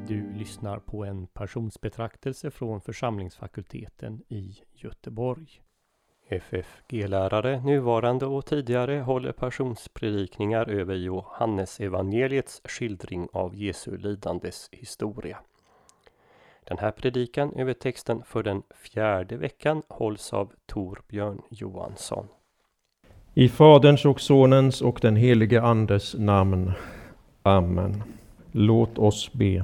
Du lyssnar på en passionsbetraktelse från församlingsfakulteten i Göteborg. FFG-lärare, nuvarande och tidigare, håller passionspredikningar över Johannes evangeliets skildring av Jesu lidandes historia. Den här predikan över texten för den 4:e veckan hålls av Torbjörn Johansson. I Faderns och Sonens och den helige Andes namn. Amen. Låt oss be.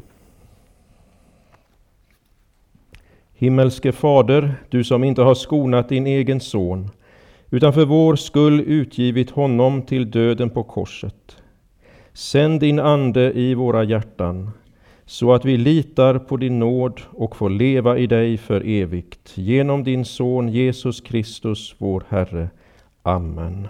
Himmelske Fader, du som inte har skonat din egen son, utan för vår skull utgivit honom till döden på korset. Sänd din ande i våra hjärtan, så att vi litar på din nåd och får leva i dig för evigt. Genom din son Jesus Kristus, vår Herre. Amen.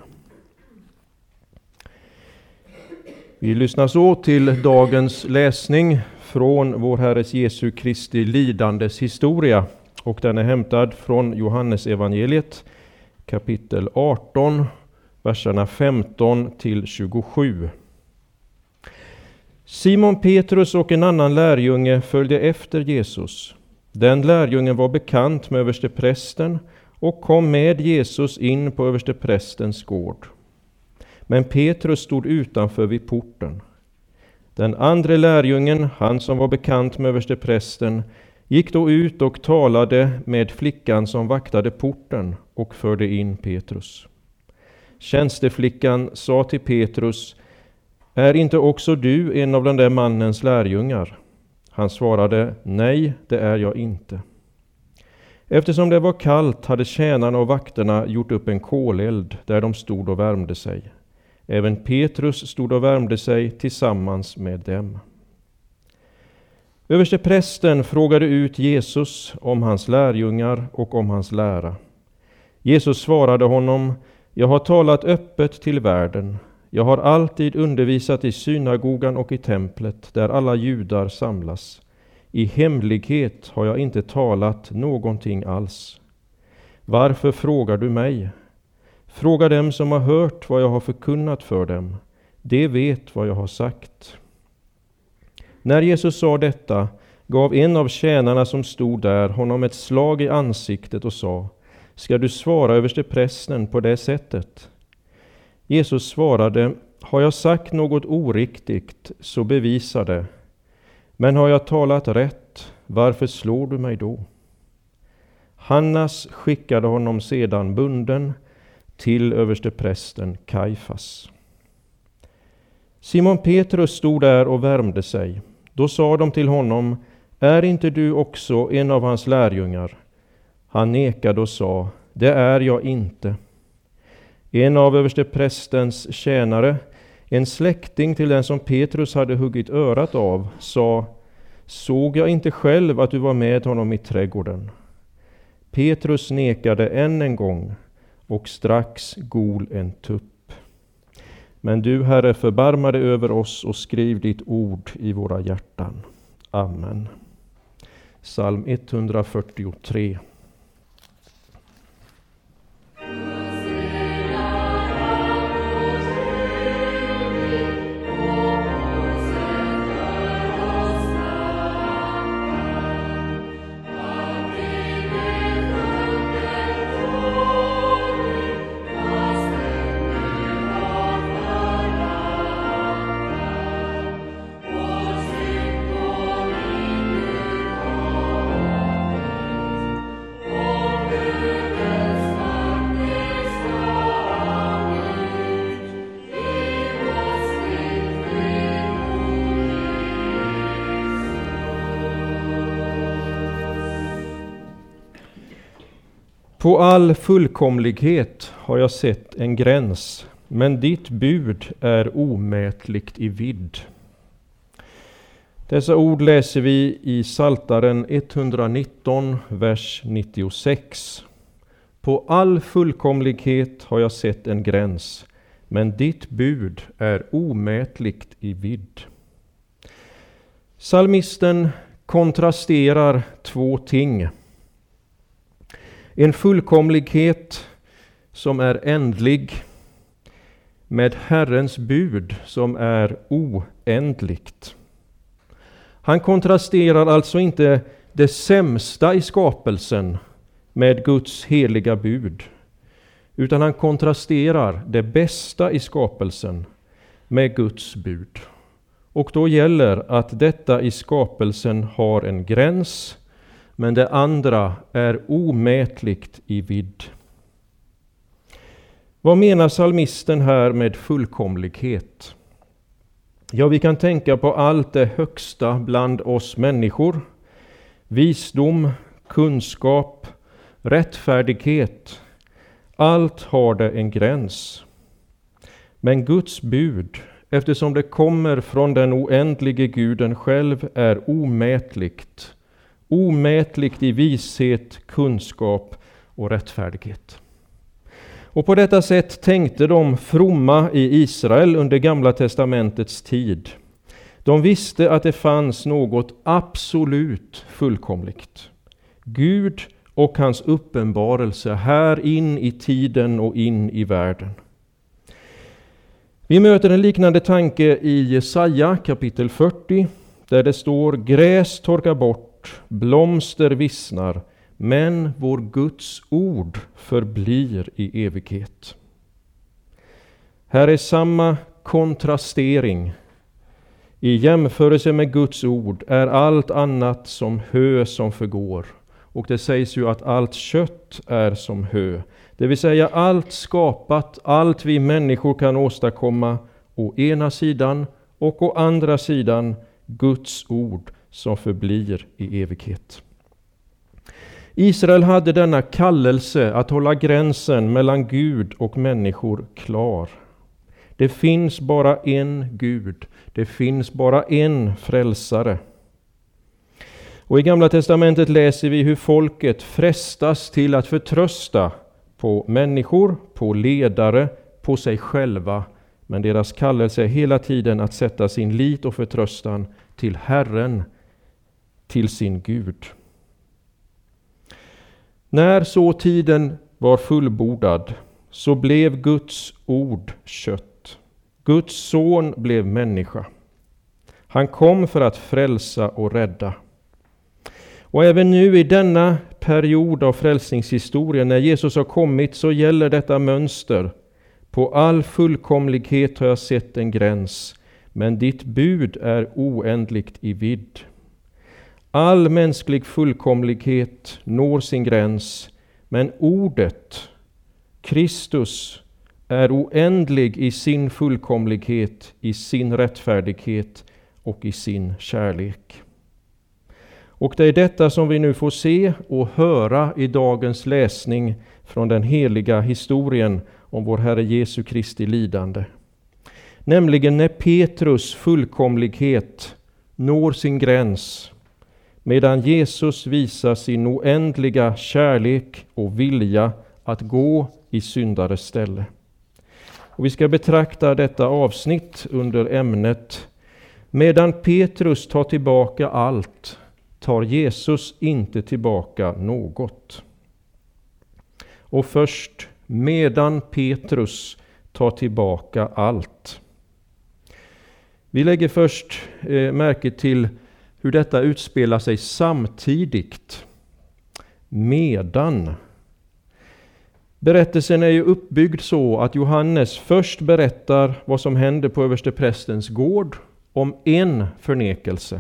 Vi lyssnar så till dagens läsning från vår Herres Jesu Kristi lidandes historia, och den är hämtad från Johannes evangeliet kapitel 18, verserna 15 till 27. Simon Petrus och en annan lärjunge följde efter Jesus. Den lärjungen var bekant med översteprästen och kom med Jesus in på översteprästens gård. Men Petrus stod utanför vid porten. Den andra lärjungen, han som var bekant med översteprästen, gick då ut och talade med flickan som vaktade porten och förde in Petrus. Tjänsteflickan sa till Petrus: är inte också du en av den där mannens lärjungar? Han svarade: nej, det är jag inte. Eftersom det var kallt hade tjänarna och vakterna gjort upp en koleld där de stod och värmde sig. Även Petrus stod och värmde sig tillsammans med dem. Översteprästen frågade ut Jesus om hans lärjungar och om hans lära. Jesus svarade honom: jag har talat öppet till världen. Jag har alltid undervisat i synagogan och i templet där alla judar samlas. I hemlighet har jag inte talat någonting alls. Varför frågar du mig? Fråga dem som har hört vad jag har förkunnat för dem. De vet vad jag har sagt. När Jesus sa detta gav en av tjänarna som stod där honom ett slag i ansiktet och sa: ska du svara översteprästen på det sättet? Jesus svarade: har jag sagt något oriktigt, så bevisa det. Men har jag talat rätt, varför slår du mig då? Hannas skickade honom sedan bunden till översteprästen Kajfas. Simon Petrus stod där och värmde sig. Då sa de till honom: är inte du också en av hans lärjungar? Han nekade och sa: det är jag inte. En av översteprästens tjänare, en släkting till den som Petrus hade huggit örat av, sa: såg jag inte själv att du var med honom i trädgården? Petrus nekade än en gång, och strax gol en tupp. Men du, Herre, förbarma dig över oss och skriv ditt ord i våra hjärtan. Amen. Psalm 143. På all fullkomlighet har jag sett en gräns, men ditt bud är omätligt i vidd. Dessa ord läser vi i Psaltaren 119, vers 96. På all fullkomlighet har jag sett en gräns, men ditt bud är omätligt i vidd. Psalmisten kontrasterar två ting. En fullkomlighet som är ändlig med Herrens bud som är oändligt. Han kontrasterar alltså inte det sämsta i skapelsen med Guds heliga bud, utan han kontrasterar det bästa i skapelsen med Guds bud. Och då gäller att detta i skapelsen har en gräns, men det andra är omätligt i vidd. Vad menar psalmisten här med fullkomlighet? Ja, vi kan tänka på allt det högsta bland oss människor. Visdom, kunskap, rättfärdighet. Allt har det en gräns. Men Guds bud, eftersom det kommer från den oändlige Guden själv, är omätligt. Omätligt i vishet, kunskap och rättfärdighet. Och på detta sätt tänkte de fromma i Israel under Gamla testamentets tid. De visste att det fanns något absolut fullkomligt. Gud och hans uppenbarelse här in i tiden och in i världen. Vi möter en liknande tanke i Jesaja kapitel 40, där det står: gräs torkar bort, blomster vissnar, men vår Guds ord förblir i evighet. Här är samma kontrastering. I jämförelse med Guds ord är allt annat som hö som förgår. Och det sägs ju att allt kött är som hö. Det vill säga allt skapat, allt vi människor kan åstadkomma å ena sidan, och å andra sidan Guds ord som förblir i evighet. Israel hade denna kallelse att hålla gränsen mellan Gud och människor klar. Det finns bara en Gud, det finns bara en frälsare. Och i Gamla testamentet läser vi hur folket frestas till att förtrösta på människor, på ledare, på sig själva. Men deras kallelse är hela tiden att sätta sin lit och förtröstan till Herren, till sin Gud. När så tiden var fullbordad så blev Guds ord kött. Guds son blev människa. Han kom för att frälsa och rädda. Och även nu i denna period av frälsningshistorien, när Jesus har kommit, så gäller detta mönster. På all fullkomlighet har jag sett en gräns, men ditt bud är oändligt i vidd. All mänsklig fullkomlighet når sin gräns, men ordet, Kristus, är oändlig i sin fullkomlighet, i sin rättfärdighet och i sin kärlek. Och det är detta som vi nu får se och höra i dagens läsning från den heliga historien om vår Herre Jesu Kristi lidande. Nämligen när Petrus fullkomlighet når sin gräns, medan Jesus visar sin oändliga kärlek och vilja att gå i syndares ställe. Och vi ska betrakta detta avsnitt under ämnet: medan Petrus tar tillbaka allt, tar Jesus inte tillbaka något. Och först, medan Petrus tar tillbaka allt. Vi lägger först märke till hur detta utspelar sig samtidigt. Medan. Berättelsen är ju uppbyggd så att Johannes först berättar vad som händer på översteprästens gård om en förnekelse.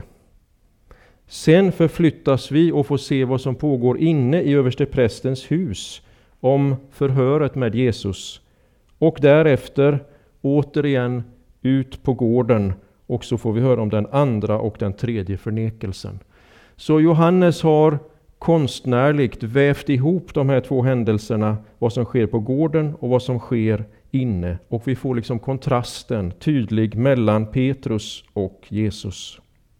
Sen förflyttas vi och får se vad som pågår inne i översteprästens hus om förhöret med Jesus. Och därefter återigen ut på gården, och så får vi höra om den andra och den tredje förnekelsen. Så Johannes har konstnärligt vävt ihop de här två händelserna, vad som sker på gården och vad som sker inne. Och vi får liksom kontrasten tydlig mellan Petrus och Jesus.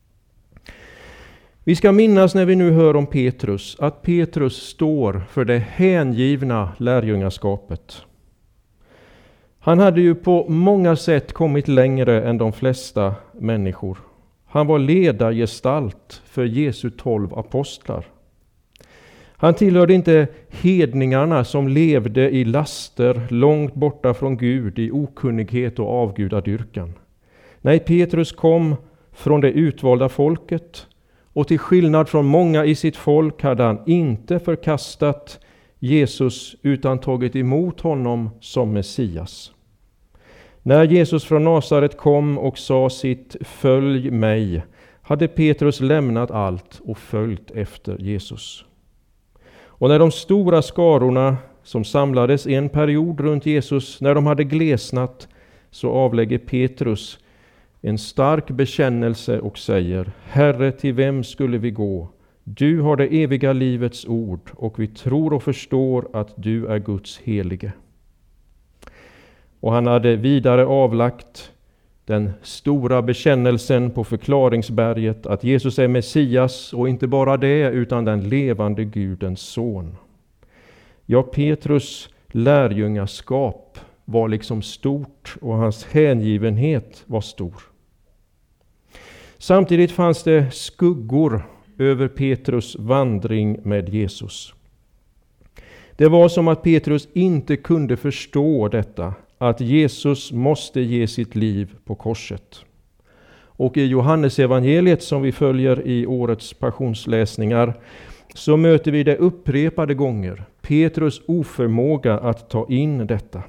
Vi ska minnas när vi nu hör om Petrus att Petrus står för det hängivna lärjungaskapet. Han hade ju på många sätt kommit längre än de flesta människor. Han var ledargestalt för Jesu 12 apostlar. Han tillhörde inte hedningarna som levde i laster långt borta från Gud, i okunnighet och avgudadyrkan. Nej, Petrus kom från det utvalda folket, och till skillnad från många i sitt folk hade han inte förkastat Jesus utan tagit emot honom som Messias. När Jesus från Nasaret kom och sa sitt "Följ mig", hade Petrus lämnat allt och följt efter Jesus. Och när de stora skarorna som samlades en period runt Jesus, när de hade glesnat, så avlägger Petrus en stark bekännelse och säger: Herre, till vem skulle vi gå? Du har det eviga livets ord, och vi tror och förstår att du är Guds helige. Och han hade vidare avlagt den stora bekännelsen på förklaringsberget att Jesus är Messias, och inte bara det, utan den levande Gudens son. Ja, Petrus lärjungaskap var liksom stort, och hans hängivenhet var stor. Samtidigt fanns det skuggor över Petrus vandring med Jesus. Det var som att Petrus inte kunde förstå detta, att Jesus måste ge sitt liv på korset. Och i Johannes evangeliet som vi följer i årets passionsläsningar så möter vi det upprepade gånger, Petrus oförmåga att ta in detta.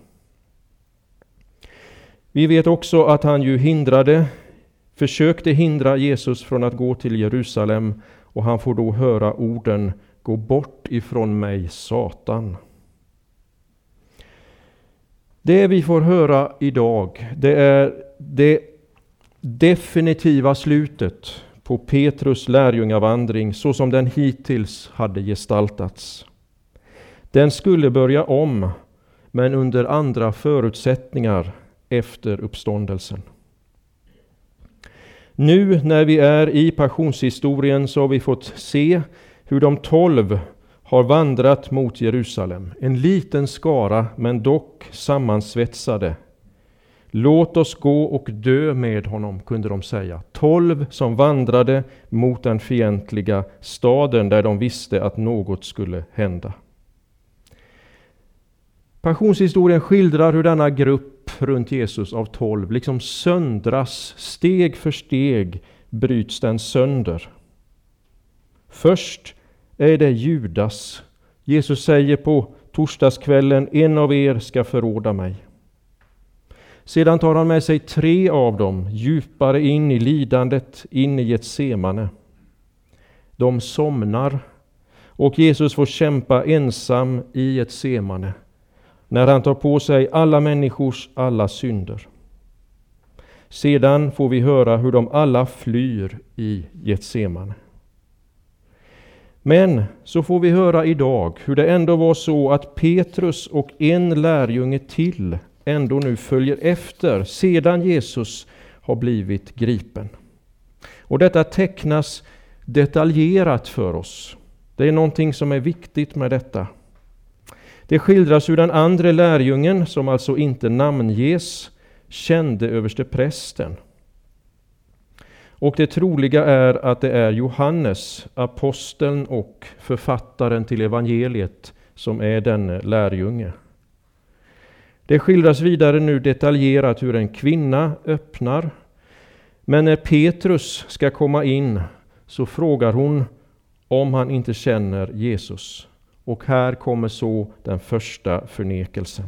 Vi vet också att han ju försökte hindra Jesus från att gå till Jerusalem, och han får då höra orden: gå bort ifrån mig, Satan. Det vi får höra idag, det är det definitiva slutet på Petrus lärjungavandring så som den hittills hade gestaltats. Den skulle börja om, men under andra förutsättningar efter uppståndelsen. Nu när vi är i passionshistorien så har vi fått se hur de 12 har vandrat mot Jerusalem. En liten skara, men dock sammansvetsade. Låt oss gå och dö med honom, kunde de säga. 12 som vandrade mot den fientliga staden där de visste att något skulle hända. Passionshistorien skildrar hur denna grupp runt Jesus av 12 liksom söndras, steg för steg bryts den sönder. Först är det Judas. Jesus säger på torsdagskvällen: en av er ska förråda mig. Sedan tar han med sig 3 av dem djupare in i lidandet, in i Getsemane. De somnar och Jesus får kämpa ensam i Getsemane när han tar på sig alla människors alla synder. Sedan får vi höra hur de alla flyr i Getsemane. Men så får vi höra idag hur det ändå var så att Petrus och en lärjunge till ändå nu följer efter sedan Jesus har blivit gripen. Och detta tecknas detaljerat för oss. Det är någonting som är viktigt med detta. Det skildras hur den andra lärjungen, som alltså inte namnges, kände översteprästen. Och det troliga är att det är Johannes, aposteln och författaren till evangeliet, som är den lärjunge. Det skildras vidare nu detaljerat hur en kvinna öppnar. Men när Petrus ska komma in så frågar hon om han inte känner Jesus. Och här kommer så den första förnekelsen.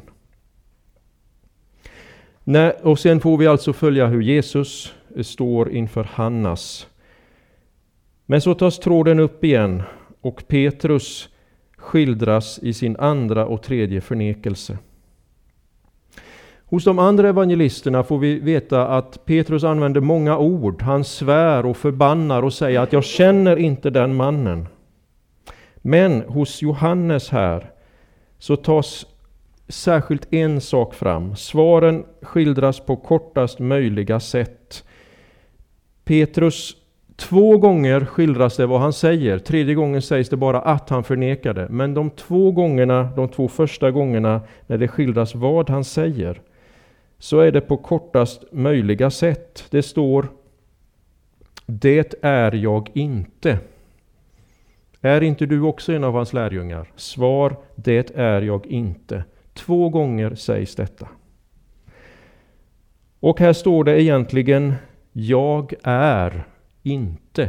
Och sen får vi alltså följa hur Jesus står inför Hannas. Men så tas tråden upp igen och Petrus skildras i sin andra och tredje förnekelse. Hos de andra evangelisterna får vi veta att Petrus använder många ord. Han svär och förbannar och säger att jag känner inte den mannen. Men hos Johannes här så tas särskilt en sak fram. Svaren skildras på kortast möjliga sätt. Petrus 2 gånger skildras det vad han säger. 3:e gången sägs det bara att han förnekade. Men de 2 första gångerna när det skildras vad han säger, så är det på kortast möjliga sätt. Det står: det är jag inte. Är inte du också en av hans lärjungar? Svar: det är jag inte. 2 gånger sägs detta. Och här står det egentligen jag är inte.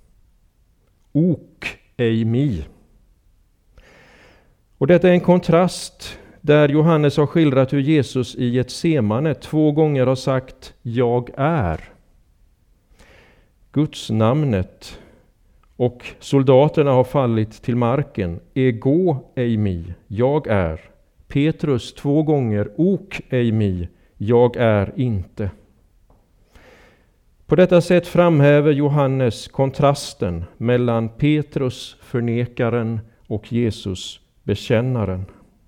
Ok ej mi. Och detta är en kontrast där Johannes har skildrat hur Jesus i Getsemane 2 gånger har sagt jag är. Guds namnet och soldaterna har fallit till marken. Ego ej mi, jag är. Petrus 2 gånger, ok ej mi, jag är inte. På detta sätt framhäver Johannes kontrasten mellan Petrus, förnekaren, och Jesus, bekännaren.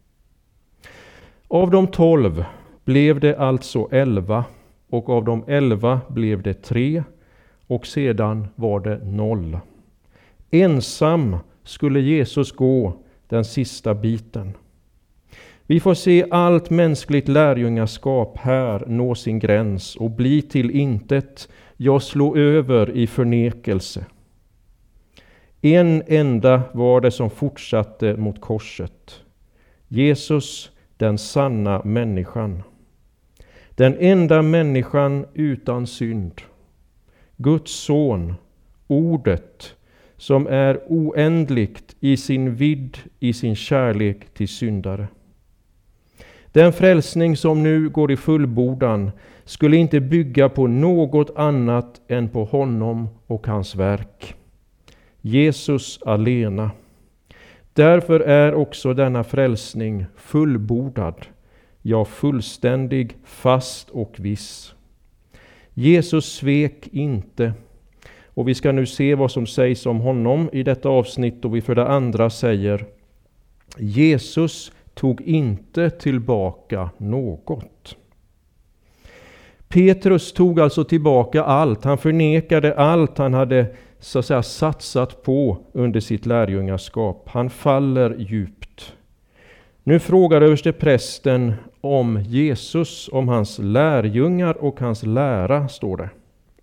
Av de 12 blev det alltså 11, och av de 11 blev det 3, och sedan var det 0. Ensam skulle Jesus gå den sista biten. Vi får se allt mänskligt lärjungaskap här nå sin gräns och bli till intet, ja, slå över i förnekelse. En enda var det som fortsatte mot korset. Jesus, den sanna människan. Den enda människan utan synd. Guds son, ordet, som är oändligt i sin vidd, i sin kärlek till syndare. Den frälsning som nu går i fullbordan skulle inte bygga på något annat än på honom och hans verk. Jesus alena. Därför är också denna frälsning fullbordad, ja fullständig, fast och viss. Jesus svek inte. Och vi ska nu se vad som sägs om honom i detta avsnitt, och vi för det andra säger: Jesus tog inte tillbaka något. Petrus tog alltså tillbaka allt. Han förnekade allt han hade så att säga satsat på under sitt lärjungaskap. Han faller djupt. Nu frågar översteprästen om Jesus, om hans lärjungar och hans lära, står det.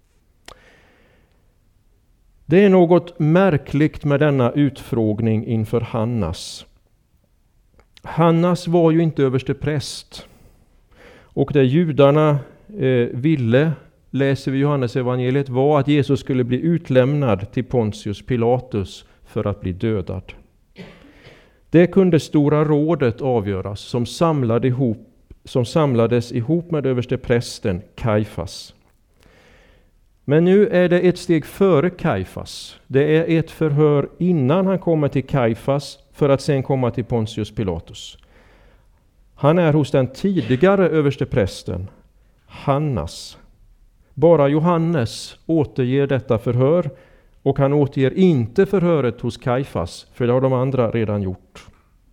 Det är något märkligt med denna utfrågning inför Hannas. Hannas var ju inte överstepräst. Och det judarna ville, läser vi Johannes evangeliet, var att Jesus skulle bli utlämnad till Pontius Pilatus för att bli dödad. Det kunde Stora rådet avgöras, som samlades ihop med översteprästen Kajfas. Men nu är det ett steg före Kajfas. Det är ett förhör innan han kommer till Kajfas för att sen komma till Pontius Pilatus. Han är hos den tidigare översteprästen, Hannas. Bara Johannes återger detta förhör, och han återger inte förhöret hos Kajfas, för det har de andra redan gjort.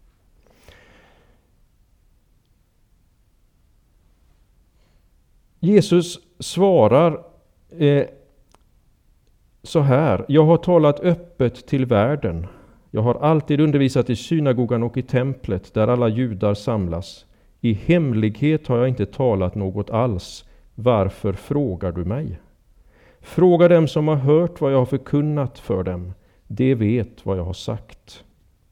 Jesus svarar så här: jag har talat öppet till världen. Jag har alltid undervisat i synagogan och i templet där alla judar samlas. I hemlighet har jag inte talat något alls. Varför frågar du mig? Fråga dem som har hört vad jag har förkunnat för dem. De vet vad jag har sagt.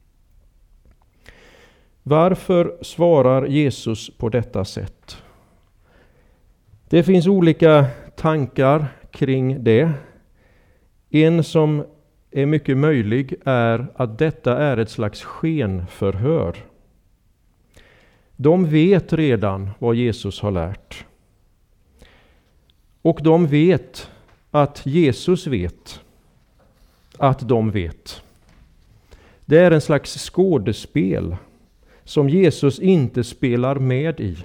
Varför svarar Jesus på detta sätt? Det finns olika tankar kring det. En som är mycket möjlig är att detta är ett slags skenförhör. De vet redan vad Jesus har lärt. Och de vet att Jesus vet att de vet. Det är en slags skådespel som Jesus inte spelar med i.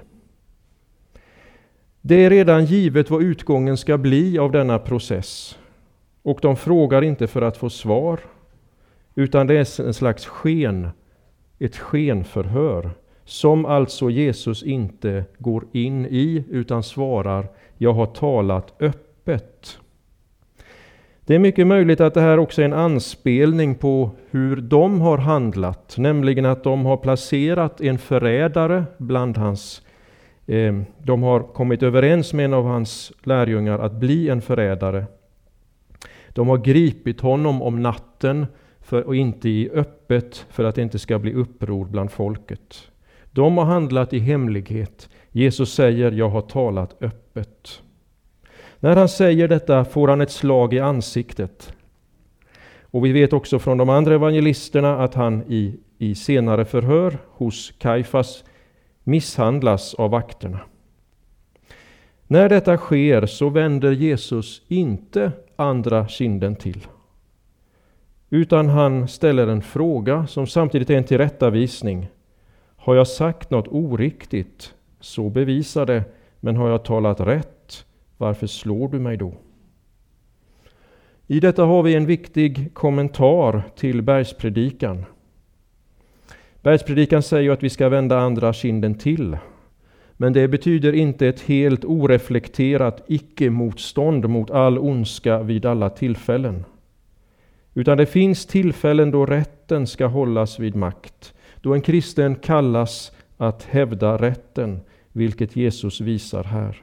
Det är redan givet vad utgången ska bli av denna process. Och de frågar inte för att få svar, utan det är en slags ett skenförhör, som alltså Jesus inte går in i, utan svarar: jag har talat öppet. Det är mycket möjligt att det här också är en anspelning på hur de har handlat, nämligen att de har placerat en förrädare bland de har kommit överens med en av hans lärjungar att bli en förrädare. De har gripit honom om natten och inte i öppet, för att det inte ska bli uppror bland folket. De har handlat i hemlighet. Jesus säger: jag har talat öppet. När han säger detta får han ett slag i ansiktet. Och vi vet också från de andra evangelisterna att han i senare förhör hos Kajfas misshandlas av vakterna. När detta sker så vänder Jesus inte andra kinden till. Utan han ställer en fråga som samtidigt är en tillrättavisning. Har jag sagt något oriktigt, så bevisa det. Men har jag talat rätt, varför slår du mig då? I detta har vi en viktig kommentar till bergspredikan. Bergspredikan säger att vi ska vända andra kinden till. Men det betyder inte ett helt oreflekterat icke-motstånd mot all ondska vid alla tillfällen. Utan det finns tillfällen då rätten ska hållas vid makt. Då en kristen kallas att hävda rätten, vilket Jesus visar här.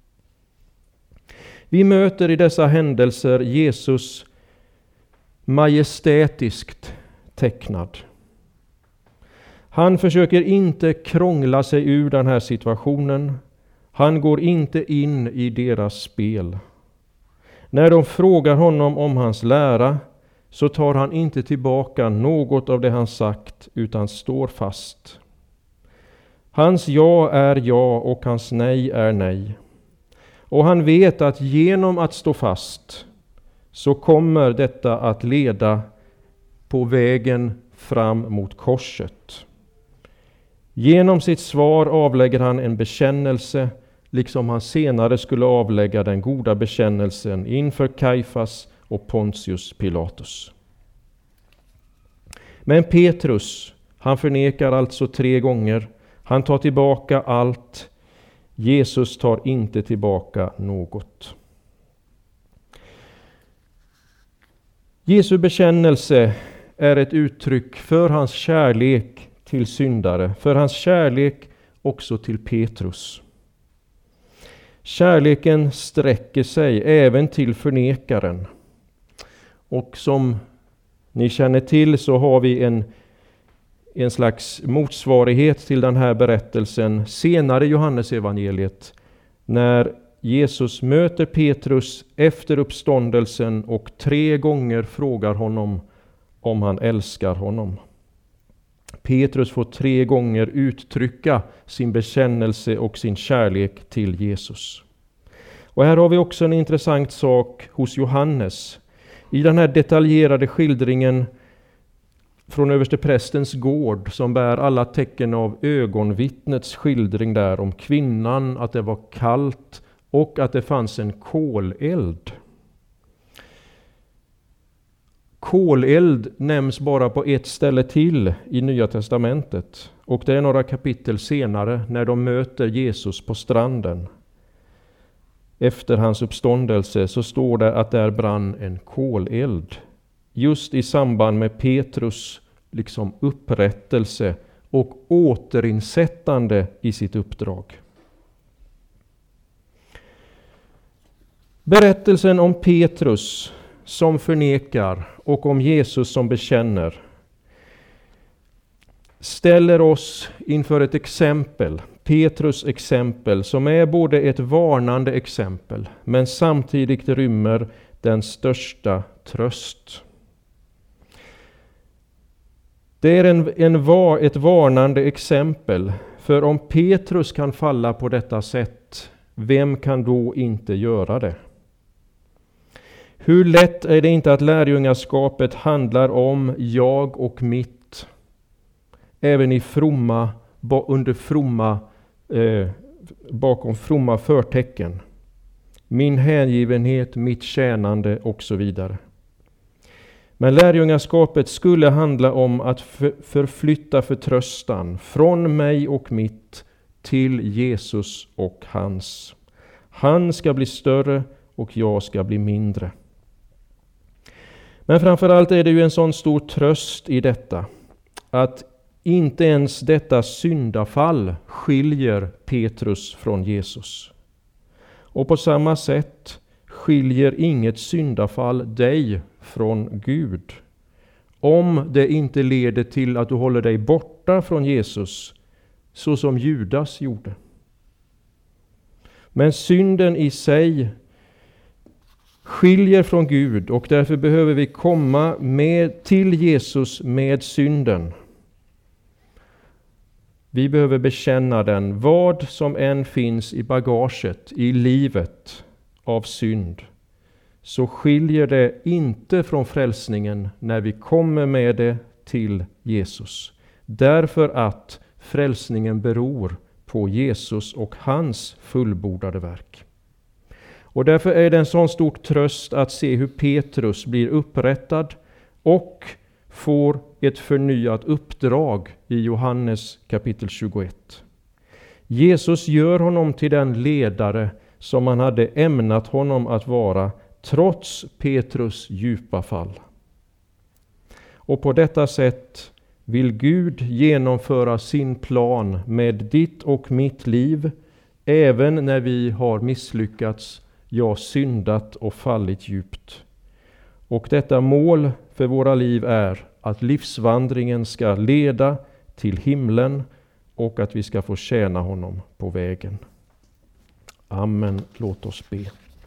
Vi möter i dessa händelser Jesus majestätiskt tecknad. Han försöker inte krångla sig ur den här situationen. Han går inte in i deras spel. När de frågar honom om hans lära så tar han inte tillbaka något av det han sagt utan står fast. Hans ja är ja och hans nej är nej. Och han vet att genom att stå fast så kommer detta att leda på vägen fram mot korset. Genom sitt svar avlägger han en bekännelse, liksom han senare skulle avlägga den goda bekännelsen inför Kajfas och Pontius Pilatus. Men Petrus, han förnekar alltså 3 gånger. Han tar tillbaka allt. Jesus tar inte tillbaka något. Jesu bekännelse är ett uttryck för hans kärlek till syndare, för hans kärlek också till Petrus. Kärleken sträcker sig även till förnekaren. Och som ni känner till så har vi en slags motsvarighet till den här berättelsen senare i Johannes evangeliet, när Jesus möter Petrus efter uppståndelsen och 3 gånger frågar honom om han älskar honom. Petrus får 3 gånger uttrycka sin bekännelse och sin kärlek till Jesus. Och här har vi också en intressant sak hos Johannes. I den här detaljerade skildringen från översteprästens gård som bär alla tecken av ögonvittnets skildring där om kvinnan, att det var kallt och att det fanns en koleld. Koleld nämns bara på ett ställe till i Nya testamentet, och det är några kapitel senare när de möter Jesus på stranden. Efter hans uppståndelse så står det att där brann en koleld. Just i samband med Petrus liksom upprättelse och återinsättande i sitt uppdrag. Berättelsen om Petrus som förnekar och om Jesus som bekänner ställer oss inför ett exempel, Petrus exempel, som är både ett varnande exempel men samtidigt rymmer den största tröst. Det är ett varnande exempel, för om Petrus kan falla på detta sätt, vem kan då inte göra det? Hur lätt är det inte att lärjungaskapet handlar om jag och mitt, även bakom fromma förtecken. Min hängivenhet, mitt tjänande och så vidare. Men lärjungaskapet skulle handla om att förflytta förtröstan från mig och mitt till Jesus och hans. Han ska bli större och jag ska bli mindre. Men framförallt är det ju en sån stor tröst i detta, att inte ens detta syndafall skiljer Petrus från Jesus. Och på samma sätt skiljer inget syndafall dig från Gud, om det inte leder till att du håller dig borta från Jesus, så som Judas gjorde. Men synden i sig skiljer från Gud, och därför behöver vi komma till Jesus med synden. Vi behöver bekänna den, vad som än finns i bagaget, i livet av synd. Så skiljer det inte från frälsningen när vi kommer med det till Jesus. Därför att frälsningen beror på Jesus och hans fullbordade verk. Och därför är det en sån stor tröst att se hur Petrus blir upprättad och får ett förnyat uppdrag i Johannes kapitel 21. Jesus gör honom till den ledare som han hade ämnat honom att vara, trots Petrus djupa fall. Och på detta sätt vill Gud genomföra sin plan med ditt och mitt liv, även när vi har misslyckats, ja, syndat och fallit djupt. Och detta mål för våra liv är att livsvandringen ska leda till himlen och att vi ska få tjäna honom på vägen. Amen. Låt oss be.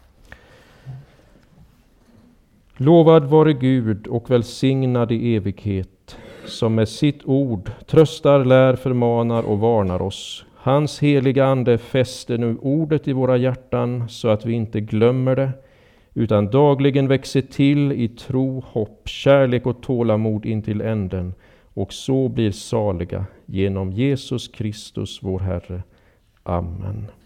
Lovad vare Gud och välsignad i evighet, som med sitt ord tröstar, lär, förmanar och varnar oss. Hans heliga ande fäster nu ordet i våra hjärtan så att vi inte glömmer det, utan dagligen växer till i tro, hopp, kärlek och tålamod intill änden, och så blir saliga genom Jesus Kristus vår Herre. Amen.